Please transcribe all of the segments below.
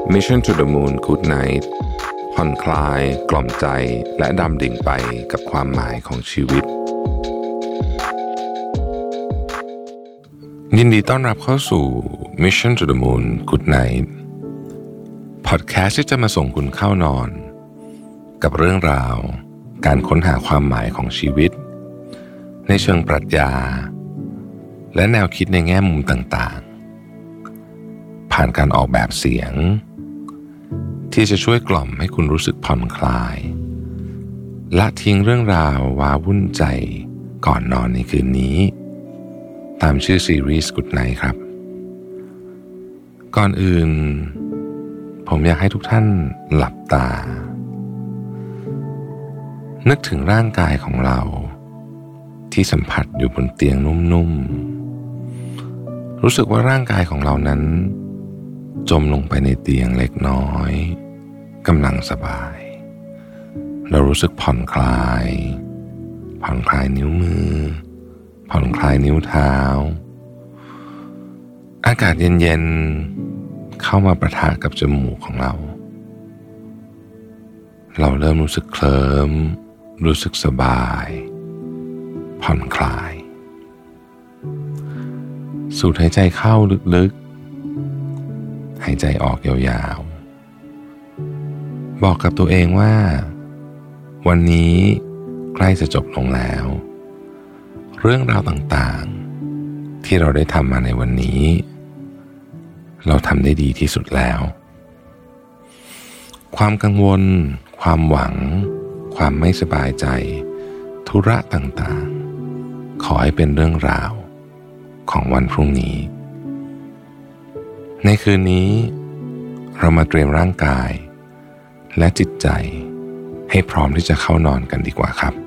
Mission to the Moon Good Night ผ่อนคลายกล่อมใจและดำดิ่งไปกับความหมายของชีวิตยินดีต้อนรับเข้าสู่ Mission to the Moon Good Night พอดแคสต์ที่จะมาส่งคุณเข้านอนกับเรื่องราวการค้นหาความหมายของชีวิตในเชิงปรัชญาและแนวคิดในแง่มุมต่างๆผ่านการออกแบบเสียงที่จะช่วยกล่อมให้คุณรู้สึกผ่อนคลายละทิ้งเรื่องราวว้าวุ่นใจก่อนนอนในคืนนี้ตามชื่อซีรีส์ Good Night ครับก่อนอื่นผมอยากให้ทุกท่านหลับตานึกถึงร่างกายของเราที่สัมผัสอยู่บนเตียงนุ่มๆรู้สึกว่าร่างกายของเรานั้นจมลงไปในเตียงเล็กน้อยกำลังสบายเรารู้สึกผ่อนคลายนิ้วมือผ่อนคลายนิ้วเท้าอากาศเย็นๆเข้ามาปะทะกับจมูกของเราเริ่มรู้สึกเคลิ้มรู้สึกสบายผ่อนคลายสูดหายใจเข้าลึกๆหายใจออกยาวๆบอกกับตัวเองว่าวันนี้ใกล้จะจบลงแล้วเรื่องราวต่างๆที่เราได้ทำมาในวันนี้เราทำได้ดีที่สุดแล้วความกังวลความหวังความไม่สบายใจธุระต่างๆขอให้เป็นเรื่องราวของวันพรุ่งนี้ในคืนนี้เรามาเตรียมร่างกายและจิตใจให้พร้อมที่จะเข้านอนกันดีกว่าครับ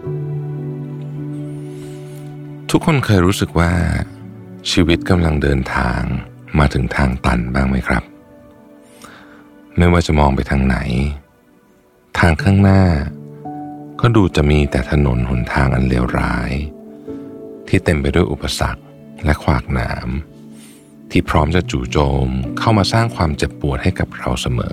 ทุกคนเคยรู้สึกว่าชีวิตกำลังเดินทางมาถึงทางตันบ้างไหมครับไม่ว่าจะมองไปทางไหนทางข้างหน้าก็ดูจะมีแต่ถนนหนทางอันเลวร้ายที่เต็มไปด้วยอุปสรรคและขวากหนามที่พร้อมจะจู่โจมเข้ามาสร้างความเจ็บปวดให้กับเราเสมอ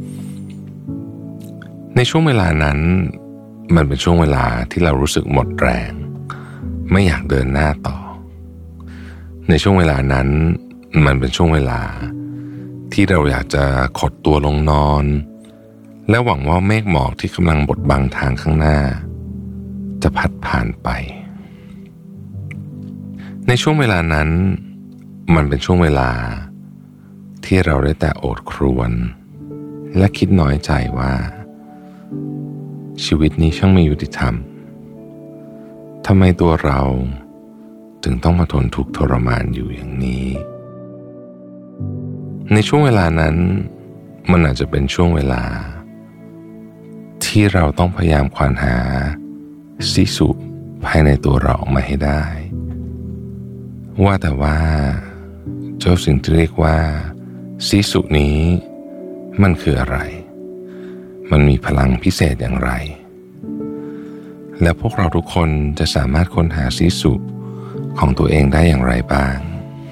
ในช่วงเวลานั้นมันเป็นช่วงเวลาที่เรารู้สึกหมดแรงไม่อยากเดินหน้าต่อในช่วงเวลานั้นมันเป็นช่วงเวลาที่เราอยากจะขดตัวลงนอนและหวังว่าเมฆหมอกที่กำลังบดบังทางข้างหน้าจะพัดผ่านไปในช่วงเวลานั้นมันเป็นช่วงเวลาที่เราได้แต่โอดครวญและคิดน้อยใจว่าชีวิตนี้ช่างไม่ยุติธรรมทำไมตัวเราถึงต้องมาทนทุกข์ทรมานอยู่อย่างนี้ในช่วงเวลานั้นมันอาจจะเป็นช่วงเวลาที่เราต้องพยายามควานหาสิสุภายในตัวเราออกมาให้ได้ว่าแต่ว่าเจ้าสิ่งที่เรียกว่าสิสุนี้มันคืออะไรมันมีพลังพิเศษอย่างไรและพวกเราทุกคนจะสามารถค้นหาสิสุของตัวเองได้อย่างไรบ้าง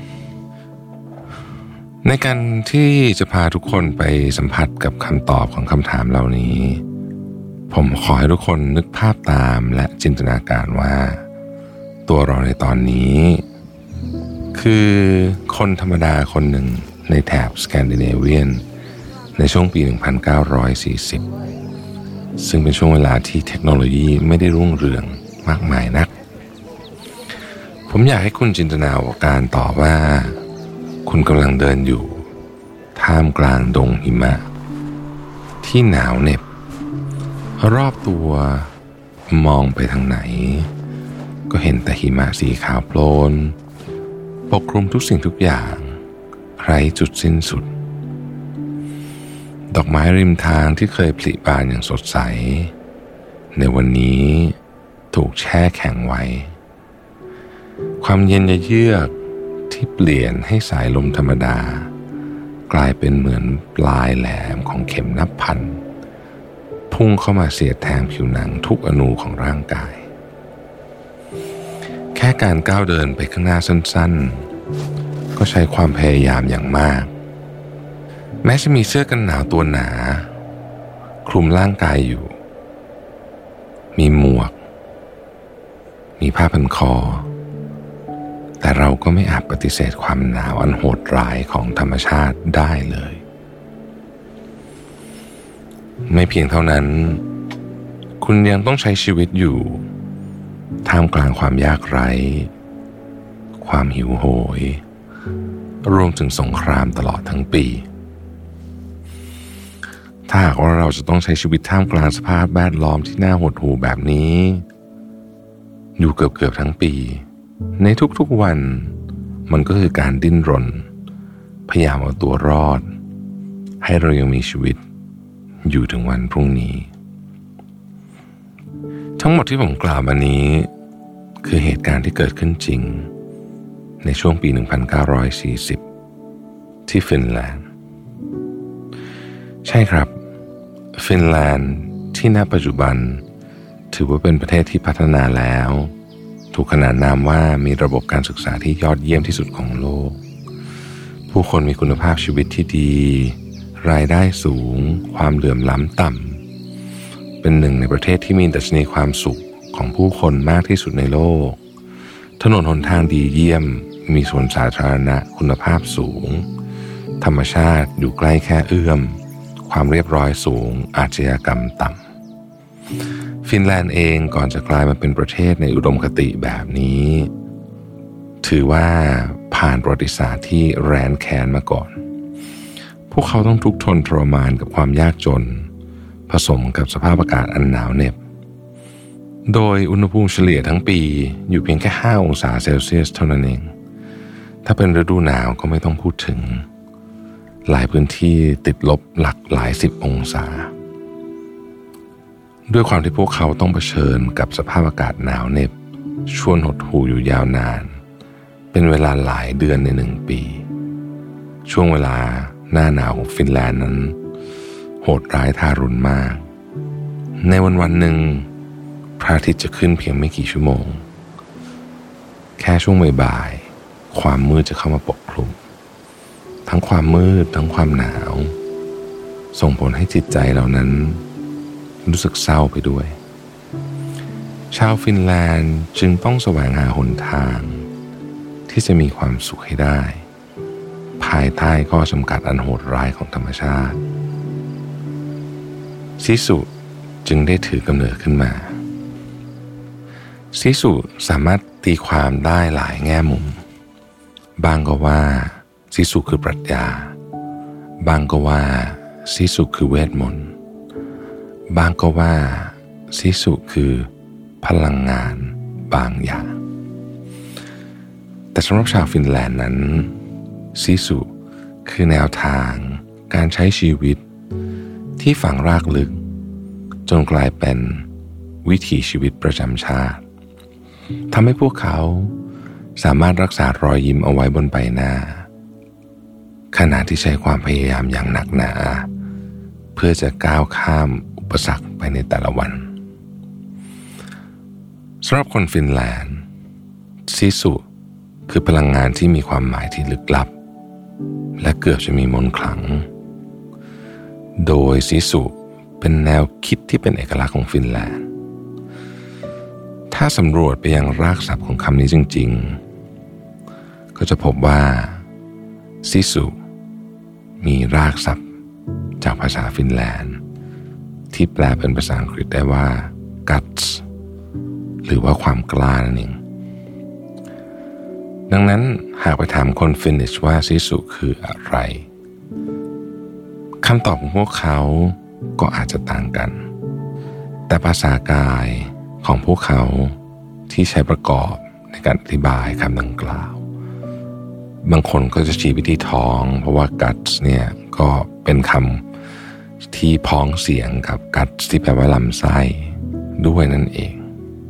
ในการที่จะพาทุกคนไปสัมผัสกับคำตอบของคำถามเหล่านี้ผมขอให้ทุกคนนึกภาพตามและจินตนาการว่าตัวเราในตอนนี้คือคนธรรมดาคนหนึ่งในแถบสแกนดิเนเวียนในช่วงปี 1940 ซึ่งเป็นช่วงเวลาที่เทคโนโลยีไม่ได้รุ่งเรืองมากมายนักผมอยากให้คุณจินตนาการต่อว่าคุณกำลังเดินอยู่ท่ามกลางดงหิมะที่หนาวเหน็บรอบตัวมองไปทางไหนก็เห็นแต่หิมะสีขาวโพลนปกคลุมทุกสิ่งทุกอย่างไร้จุดสิ้นสุดดอกไม้ริมทางที่เคยผลิบานอย่างสดใสในวันนี้ถูกแช่แข็งไว้ความเย็นเยือกที่เปลี่ยนให้สายลมธรรมดากลายเป็นเหมือนปลายแหลมของเข็มนับพันพุ่งเข้ามาเสียดแทงผิวหนังทุกอนูของร่างกายแค่การก้าวเดินไปข้างหน้าสั้นๆก็ใช้ความพยายามอย่างมากแม้จะมีเสื้อกันหนาวตัวหนาคลุมร่างกายอยู่มีหมวกมีผ้าพันคอแต่เราก็ไม่อาจปฏิเสธความหนาวอันโหดร้ายของธรรมชาติได้เลยไม่เพียงเท่านั้นคุณยังต้องใช้ชีวิตอยู่ท่ามกลางความยากไร้ความหิวโหยรวมถึงสงครามตลอดทั้งปีถ้าหากว่าเราจะต้องใช้ชีวิตท่ามกลางสภาพแวดล้อมที่น่าหดหู่แบบนี้อยู่เกือบทั้งปีในทุกๆวันมันก็คือการดิ้นรนพยายามเอาตัวรอดให้เรายังมีชีวิตอยู่ถึงวันพรุ่งนี้ทั้งหมดที่ผมกล่าวมานี้คือเหตุการณ์ที่เกิดขึ้นจริงในช่วงปี 1940 ที่ฟินแลนด์ใช่ครับฟินแลนด์ที่ณปัจจุบันถือว่าเป็นประเทศที่พัฒนาแล้วถูกขนานนามว่ามีระบบการศึกษาที่ยอดเยี่ยมที่สุดของโลกผู้คนมีคุณภาพชีวิตที่ดีรายได้สูงความเหลื่อมล้ำต่ำเป็นหนึ่งในประเทศที่มีดัชนีความสุขของผู้คนมากที่สุดในโลกถนนหนทางดีเยี่ยมมีสวนสาธารณะคุณภาพสูงธรรมชาติอยู่ใกล้แค่เอื้อมความเรียบร้อยสูงอาชญากรรมต่ำฟินแลนด์เองก่อนจะกลายมาเป็นประเทศในอุดมคติแบบนี้ถือว่าผ่านประวัติศาสตร์ที่แร้นแค้นมาก่อนพวกเขาต้องทุกข์ทนทรมานกับความยากจนผสมกับสภาพอากาศอันหนาวเหน็บโดยอุณหภูมิเฉลี่ยทั้งปีอยู่เพียงแค่5 องศาเซลเซียสเท่านั้นเองถ้าเป็นฤดูหนาวก็ไม่ต้องพูดถึงหลายพื้นที่ติดลบหลาย10 องศาด้วยความที่พวกเขาต้องเผชิญกับสภาพอากาศหนาวเหน็บชวนหดหู่อยู่ยาวนานเป็นเวลาหลายเดือนใน1 ปีช่วงเวลาหน้าหนาวของฟินแลนด์นั้นโหดร้ายทารุณมากในวันหนึ่งพระอาทิตย์จะขึ้นเพียงไม่กี่ชั่วโมงแค่ช่วงบ่ายๆความมืดจะเข้ามาปกคลุมทั้งความมืดทั้งความหนาวส่งผลให้จิตใจเหล่านั้นรู้สึกเศร้าไปด้วยชาวฟินแลนด์จึงต้องแสวงหาหนทางที่จะมีความสุขให้ได้ภายใต้ข้อจำกัดอันโหดร้ายของธรรมชาติซิสุจึงได้ถือกำเนิดขึ้นมาซิสุสามารถตีความได้หลายแง่มุมบางก็ว่าซิสุคือปรัชญาบางก็ว่าซิสุคือเวทมนต์บางก็ว่าซิสุคือพลังงานบางอย่างแต่สำหรับชาวฟินแลนด์นั้นซิสุคือแนวทางการใช้ชีวิตที่ฝังรากลึกจนกลายเป็นวิถีชีวิตประจำชาติทำให้พวกเขาสามารถรักษารอยยิ้มเอาไว้บนใบหน้าขณะที่ใช้ความพยายามอย่างหนักหนาเพื่อจะก้าวข้ามอุปสรรคไปในแต่ละวันสำหรับคนฟินแลนด์ซิสุคือพลังงานที่มีความหมายที่ลึกลับและเกือบจะมีมนต์ขลังโดยซิสุเป็นแนวคิดที่เป็นเอกลักษณ์ของฟินแลนด์ถ้าสำรวจไปยังรากศัพท์ของคำนี้จริงๆก็จะพบว่าซิสุมีรากศัพท์จากภาษาฟินแลนด์ที่แปลเป็นภาษาอังกฤษได้ว่า guts หรือว่าความกล้านั่นเองดังนั้นหากไปถามคนฟินนิชว่าซิสุคืออะไรคำตอบของพวกเขาก็อาจจะต่างกันแต่ภาษากายของพวกเขาที่ใช้ประกอบในการอธิบายคำดังกล่าวบางคนก็จะชี้ไปที่ท้องเพราะว่า guts เนี่ยก็เป็นคำที่พ้องเสียงกับ guts ที่แปลว่าลำไส้ด้วยนั่นเอง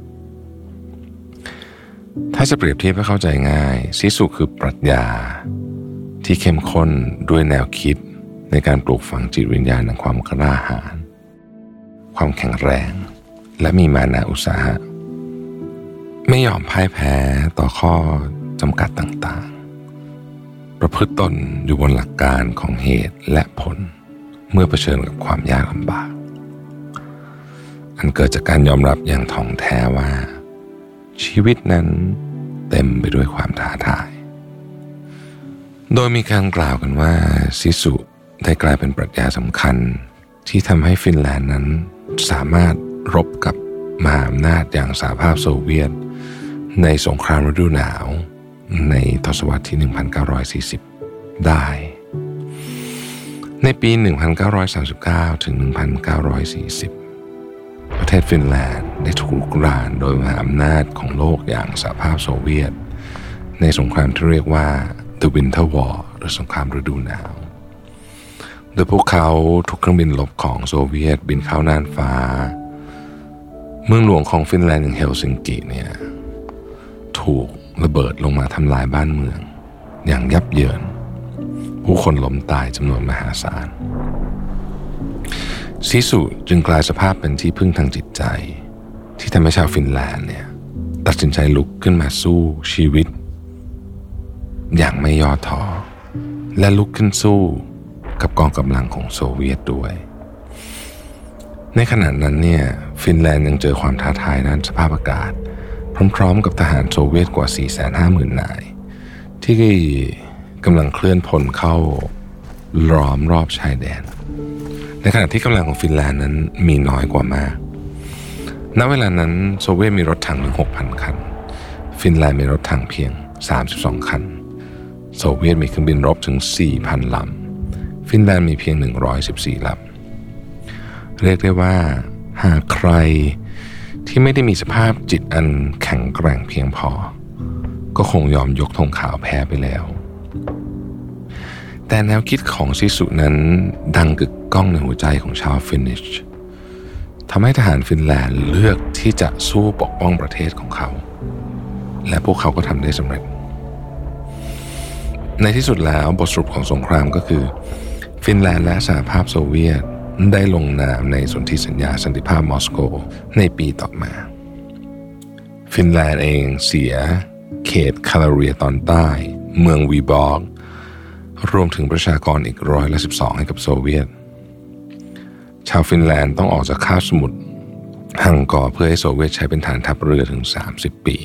ถ้าจะเปรียบเทียบให้เข้าใจง่ายซิสุคือปรัชญาที่เข้มข้นด้วยแนวคิดในการปลูกฝังจิตวิญญาณแห่งความกล้าหาญความแข็งแรงและมีมานะอุตสาหะไม่ยอมพ่ายแพ้ต่อข้อจำกัดต่างๆประพฤติตนอยู่บนหลักการของเหตุและผลเมื่อเผชิญกับความยากลำบากอันเกิดจากการยอมรับอย่างถ่องแท้ว่าชีวิตนั้นเต็มไปด้วยความท้าทายโดยมีการกล่าวกันว่าซิสุได้กลายเป็นปรัชญาสำคัญที่ทำให้ฟินแลนด์นั้นสามารถรบกับมหาอำนาจอย่างสหภาพโซเวียตในสงครามฤดูหนาวในทศวรรษที่ 1940 ได้ ในปี 1939 ถึง 1940 ประเทศฟินแลนด์ได้ถูกรุกรานโดยมหาอำนาจของโลกอย่างสหภาพโซเวียตในสงครามที่เรียกว่า The Winter War หรือสงครามฤดูหนาวโดยพวกเขาถูกเครื่องบินรบของโซเวียตบินเข้าน่านฟ้าเมืองหลวงของฟินแลนด์อย่างเฮลซิงกิเนี่ยถูกระเบิดลงมาทำลายบ้านเมืองอย่างยับเยินผู้คนล้มตายจำนวนมหาศาลซิสุจึงกลายสภาพเป็นที่พึ่งทางจิตใจที่ทำให้ชาวฟินแลนด์เนี่ยตัดสินใจลุกขึ้นมาสู้ชีวิตอย่างไม่ย่อท้อและลุกขึ้นสู้กับกองกำลังของโซเวียตด้วยในขณะนั้นเนี่ยฟินแลนด์ยังเจอความท้าทายด้านสภาพอากาศพร้อมๆกับทหารโซเวียตกว่า 450,000 นายที่กำลังเคลื่อนพลเข้าล้อมรอบชายแดนในขณะที่กำลังของฟินแลนด์นั้นมีน้อยกว่ามากณเวลานั้นโซเวียตมีรถถังถึง 6,000 คันฟินแลนด์มีรถถังเพียง32 คันโซเวียตมีเครื่องบินรบถึง 4,000 ลำฟินแลนด์มีเพียง114 ลำเรียกได้ว่าหากใครที่ไม่ได้มีสภาพจิตอันแข็งแกร่งเพียงพอก็คงยอมยกธงขาวแพ้ไปแล้วแต่แนวคิดของซิสุนั้นดังกึกก้องในหัวใจของชาวฟินนิชทำให้ทหารฟินแลนด์เลือกที่จะสู้ปกป้องประเทศของเขาและพวกเขาก็ทำได้สำเร็จในที่สุดแล้วบทสรุปของสงครามก็คือฟินแลนด์และสหภาพโซเวียตได้ลงนามในสนธิสัญญาสันติภาพมอสโกในปีต่อมาฟินแลนด์เองเสียเขตคาลาเรียตอนใต้เมืองวีบอร์กรวมถึงประชากรอีก12%ให้กับโซเวียตชาวฟินแลนด์ต้องออกจากคาบสมุทรฮังกอร์เพื่อให้โซเวียตใช้เป็นฐานทัพเรือถึง30 ปี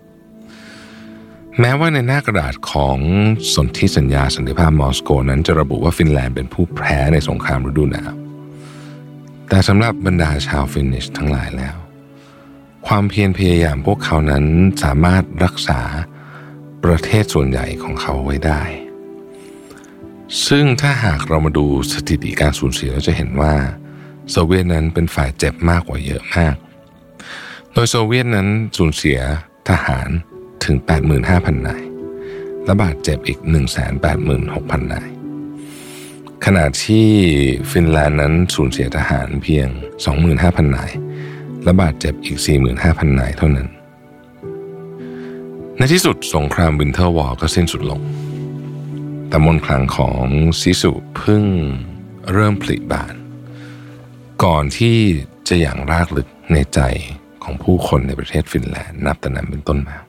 แม้ว่าในหน้ากระดาษของสนธิสัญญาสันติภาพมอสโกนั้นจะระบุว่าฟินแลนด์เป็นผู้แพ้ในสงครามฤดูหนาวแต่สำหรับบรรดาชาวฟินนิชทั้งหลายแล้วความเพียรพยายามพวกเขานั้นสามารถรักษาประเทศส่วนใหญ่ของเขาไว้ได้ซึ่งถ้าหากเรามาดูสถิติการสูญเสียเราจะเห็นว่าโซเวียตนั้นเป็นฝ่ายเจ็บมากกว่าเยอะมากโดยโซเวียตนั้นสูญเสียทหารถึง 85,000 นายและบาดเจ็บอีก 186,000 นายขณะที่ฟินแลนด์นั้นสูญเสียทหารเพียง 25,000 นายและบาดเจ็บอีก 45,000 นายเท่านั้นในที่สุดสงครามวินเทอร์วอร์ก็สิ้นสุดลงแต่มนต์ขลังของซิสุเพิ่งเริ่มผลิบานก่อนที่จะอย่างรากลึกในใจของผู้คนในประเทศฟินแลนด์นับแต่นั้นเป็นต้นมา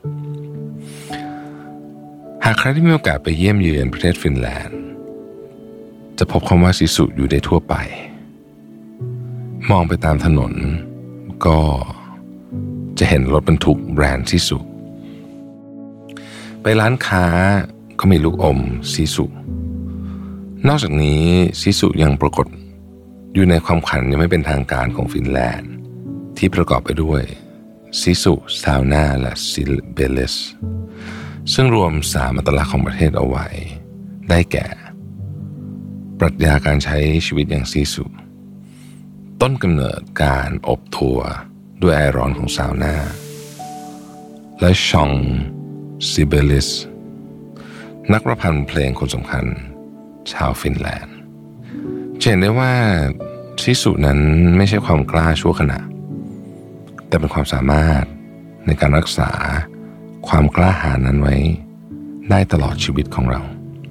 หากใครที่มีโอกาสไปเยี่ยมเยือนประเทศฟินแลนด์จะพบคำว่าซิสุอยู่ได้ทั่วไปมองไปตามถนนก็จะเห็นรถบรรทุกแบรนด์ซิสุไปร้านค้าก็มีลูกอมซิสุนอกจากนี้ซิสุยังปรากฏอยู่ในความขันยังไม่เป็นทางการของฟินแลนด์ที่ประกอบไปด้วยซิสุซาวน่าและซิลเบลิสซึ่งรวม3 อัตลักษณ์ของประเทศเอาไว้ได้แก่ปรัชญาการใช้ชีวิตอย่างซิสุต้นกำเนิดการอบถั่วด้วยไอร้อนของซาวน่าและชองซิเบลิสนักประพันธ์เพลงคนสำคัญชาวฟินแลนด์เห็นได้ว่าซิสุนั้นไม่ใช่ความกล้าชั่วขณะแต่เป็นความสามารถในการรักษาความกล้าหาญนั้นไว้ได้ตลอดชีวิตของเรา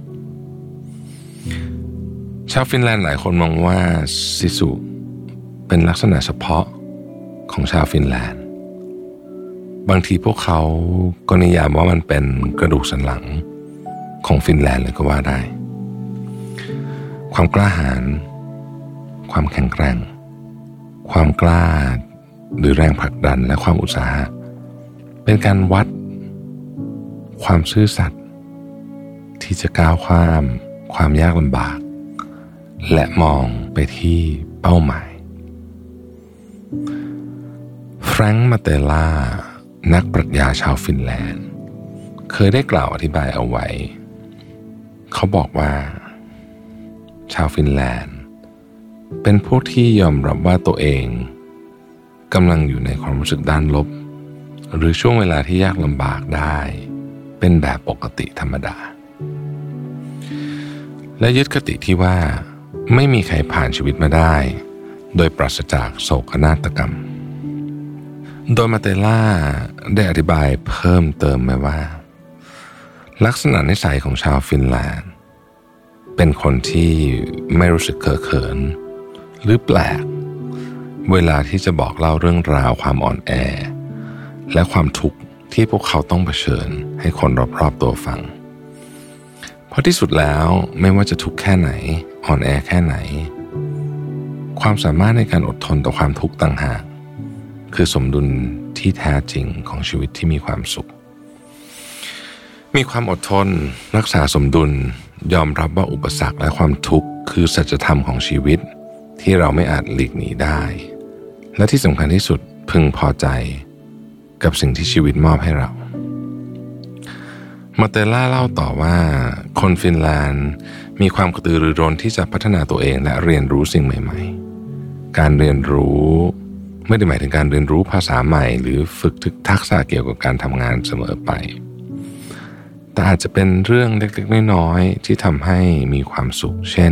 ชาวฟินแลนด์หลายคนมองว่าซิสุเป็นลักษณะเฉพาะของชาวฟินแลนด์บางทีพวกเขาก็นิยามว่ามันเป็นกระดูกสันหลังของฟินแลนด์เลยก็ว่าได้ความกล้าหาญความแข็งแกร่งความกล้าหรือแรงผลักดันและความอุตสาหะเป็นการวัดความซื่อสัตย์ที่จะก้าวข้ามความยากลำบากและมองไปที่เป้าหมายแฟรงค์ มาเตล่านักปรัชญาชาวฟินแลนด์เคยได้กล่าวอธิบายเอาไว้เขาบอกว่าชาวฟินแลนด์เป็นพวกที่ยอมรับว่าตัวเองกำลังอยู่ในความรู้สึกด้านลบหรือช่วงเวลาที่ยากลำบากได้เป็นแบบปกติธรรมดาและยึดคติที่ว่าไม่มีใครผ่านชีวิตมาได้โดยปราศจากโศกนาฏกรรมโดยมาเตล่าได้อธิบายเพิ่มเติมไว้ว่าลักษณะนิสัยของชาวฟินแลนด์เป็นคนที่ไม่รู้สึกเคอะเขินหรือแปลกเวลาที่จะบอกเล่าเรื่องราวความอ่อนแอและความทุกข์ที่พวกเขาต้องเผชิญให้คนรอบๆตัวฟังเพราะที่สุดแล้วไม่ว่าจะทุกข์แค่ไหนอ่อนแอแค่ไหนความสามารถในการอดทนต่อความทุกข์ต่างหากคือสมดุลที่แท้จริงของชีวิตที่มีความสุขมีความอดทนรักษาสมดุลยอมรับว่าอุปสรรคและความทุกข์คือสัจธรรมของชีวิตที่เราไม่อาจหลีกหนีได้และที่สำคัญที่สุดพึงพอใจกับสิ่งที่ชีวิตมอบให้เรามาเตล่าเล่าต่อว่าคนฟินแลนด์มีความกระตือรือร้นที่จะพัฒนาตัวเองและเรียนรู้สิ่งใหม่ๆการเรียนรู้ไม่ได้หมายถึงการเรียนรู้ภาษาใหม่หรือฝึกทักษะเกี่ยวกับการทำงานเสมอไปแต่อาจจะเป็นเรื่องเล็กๆน้อยๆที่ทำให้มีความสุขเช่น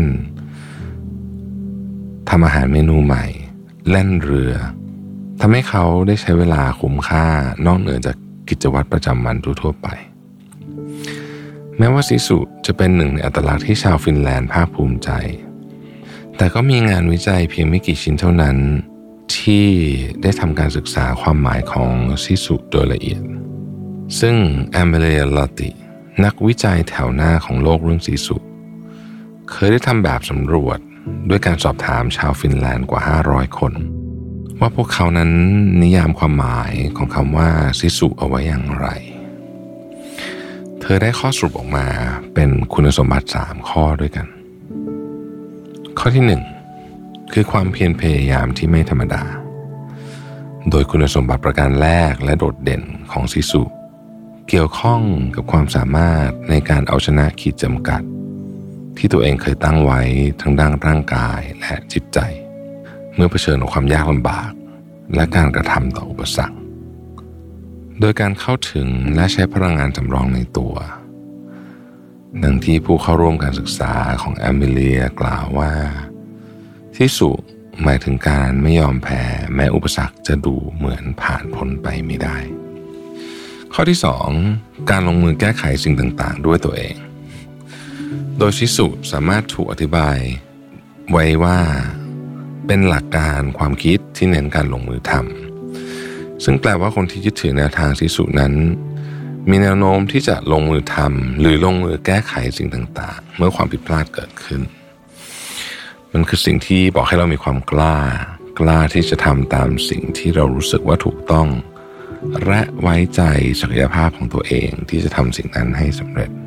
ทำอาหารเมนูใหม่แล่นเรือทำให้เขาได้ใช้เวลาคุ้มค่านอกเหนือจากกิจวัตรประจำวันทั่วไปแม้ว่าซิสุจะเป็นหนึ่งในอัตลักษณ์ที่ชาวฟินแลนด์ภาคภูมิใจแต่ก็มีงานวิจัยเพียงไม่กี่ชิ้นเท่านั้นที่ได้ทำการศึกษาความหมายของซิสุโดยละเอียดซึ่งแอมเบเลีย ลอตตินักวิจัยแถวหน้าของโลกเรื่องซิสุเคยได้ทำแบบสำรวจด้วยการสอบถามชาวฟินแลนด์กว่า500คนว่าพวกเขานั้นนิยามความหมายของคำว่าซิสุเอาไว้อย่างไรเธอได้ข้อสรุปออกมาเป็นคุณสมบัติ3ข้อด้วยกันข้อที่1คือความเพียรพยายามที่ไม่ธรรมดาโดยคุณสมบัติประการแรกและโดดเด่นของซิสุเกี่ยวข้องกับความสามารถในการเอาชนะขีดจำกัดที่ตัวเองเคยตั้งไว้ทั้งด้านร่างกายและจิตใจเมื่อเผชิญกับความยากลำบากและการกระทำต่ออุปสรรคโดยการเข้าถึงและใช้พลังงานสำรองในตัวดังที่ผู้เข้าร่วมการศึกษาของแอมิเลียกล่าวว่าซิสุหมายถึงการไม่ยอมแพ้แม้อุปสรรคจะดูเหมือนผ่านพ้นไปไม่ได้ข้อที่2การลงมือแก้ไขสิ่งต่างๆด้วยตัวเองโดยซิสุสามารถถูกอธิบายไว้ว่าเป็นหลักการความคิดที่เน้นการลงมือทำซึ่งแปลว่าคนที่ยึดถือแนวทางซิสุนั้นมีแนวโน้มที่จะลงมือทำหรือลงมือแก้ไขสิ่งต่างๆเมื่อความผิดพลาดเกิดขึ้นมันคือสิ่งที่บอกให้เรามีความกล้าที่จะทำตามสิ่งที่เรารู้สึกว่าถูกต้องและไว้ใจศักยภาพของตัวเองที่จะทำสิ่งนั้นให้สำเร็จ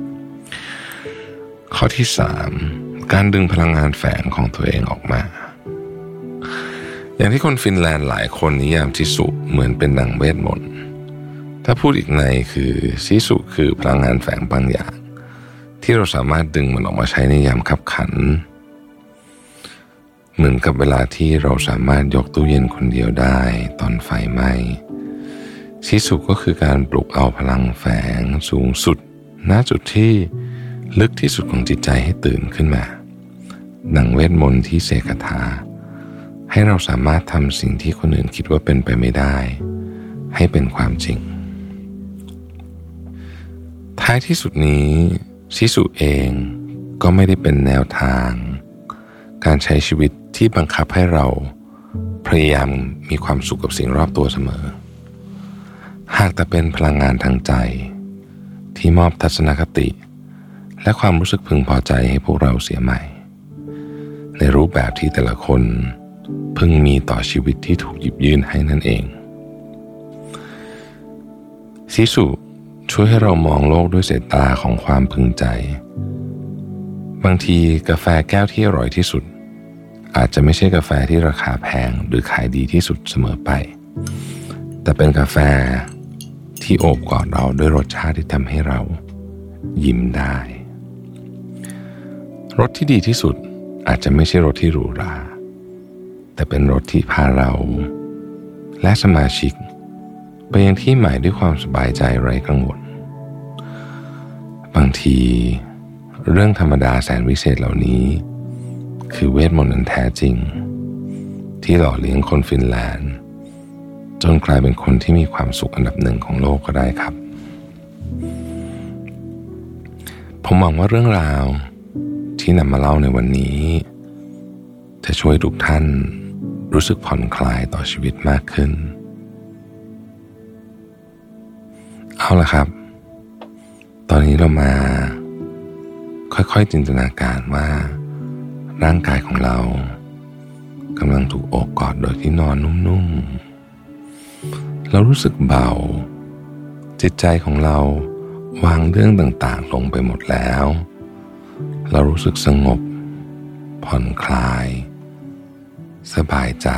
ข้อที่3การดึงพลังงานแฝงของตัวเองออกมาอย่างที่คนฟินแลนด์หลายคนนิยามซิสุเหมือนเป็นดั่งเวทมนต์ถ้าพูดอีกในคือซิสุคือพลังงานแฝงบางอย่างที่เราสามารถดึงมันออกมาใช้ในยามขับขันเหมือนกับเวลาที่เราสามารถยกตู้เย็นคนเดียวได้ตอนไฟไหม้ซิสุก็คือการปลุกเอาพลังแฝงสูงสุดณจุดที่ลึกที่สุดของจิตใจให้ตื่นขึ้นมาดั่งเวทมนต์ที่เสกคาถาให้เราสามารถทำสิ่งที่คนอื่นคิดว่าเป็นไปไม่ได้ให้เป็นความจริงท้ายที่สุดนี้ซิสุเองก็ไม่ได้เป็นแนวทางการใช้ชีวิตที่บังคับให้เราพยายามมีความสุขกับสิ่งรอบตัวเสมอหากแต่เป็นพลังงานทางใจที่มอบทัศนคติและความรู้สึกพึงพอใจให้พวกเราเสียใหม่ในรูปแบบที่แต่ละคนพึงมีต่อชีวิตที่ถูกหยิบยื่นให้นั่นเองซิสุช่วยให้เรามองโลกด้วยสายตาของความพึงใจบางทีกาแฟแก้วที่อร่อยที่สุดอาจจะไม่ใช่กาแฟที่ราคาแพงหรือขายดีที่สุดเสมอไปแต่เป็นกาแฟที่โอบกอดเราด้วยรสชาติที่ทำให้เรายิ้มได้รสที่ดีที่สุดอาจจะไม่ใช่รสที่หรูหราแต่เป็นรสที่พาเราและสมาชิกไปยังที่หมายด้วยความสบายใจไร้กังวลบางทีเรื่องธรรมดาแสนวิเศษเหล่านี้คือเวทมนต์อันแท้จริงที่หล่อเลี้ยงคนฟินแลนด์จนกลายเป็นคนที่มีความสุขอันดับหนึ่งของโลกก็ได้ครับผมหวังว่าเรื่องราวที่นำมาเล่าในวันนี้จะช่วยทุกท่านรู้สึกผ่อนคลายต่อชีวิตมากขึ้นเอาล่ะครับตอนนี้เรามาค่อยๆจินตนาการว่าร่างกายของเรากำลังถูกโอบกอดโดยที่นอนนุ่มๆเรารู้สึกเบาจิตใจของเราวางเรื่องต่างๆลงไปหมดแล้วเรารู้สึกสงบผ่อนคลายสบายใจ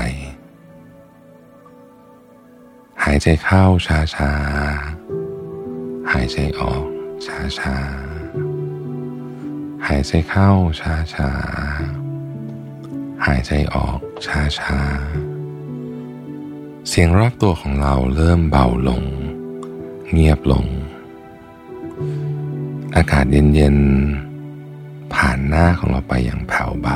หายใจเข้าช้าๆหายใจออกช้าๆหายใจเข้าช้าๆหายใจออกช้าๆเสียงรอบตัวของเราเริ่มเบาลงเงียบลงอากาศเย็นๆผ่านหน้าของเราไปอย่างแผ่วเบา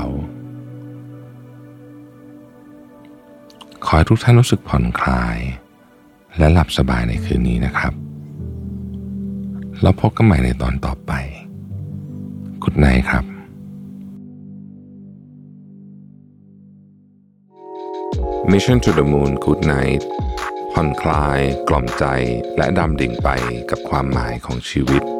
ขอให้ทุกท่านรู้สึกผ่อนคลายและหลับสบายในคืนนี้นะครับแล้วพบกันใหม่ในตอนต่อไปGood night ครับ Mission to the Moon Good Night ผ่อนคลายกล่อมใจและดำดิ่งไปกับความหมายของชีวิต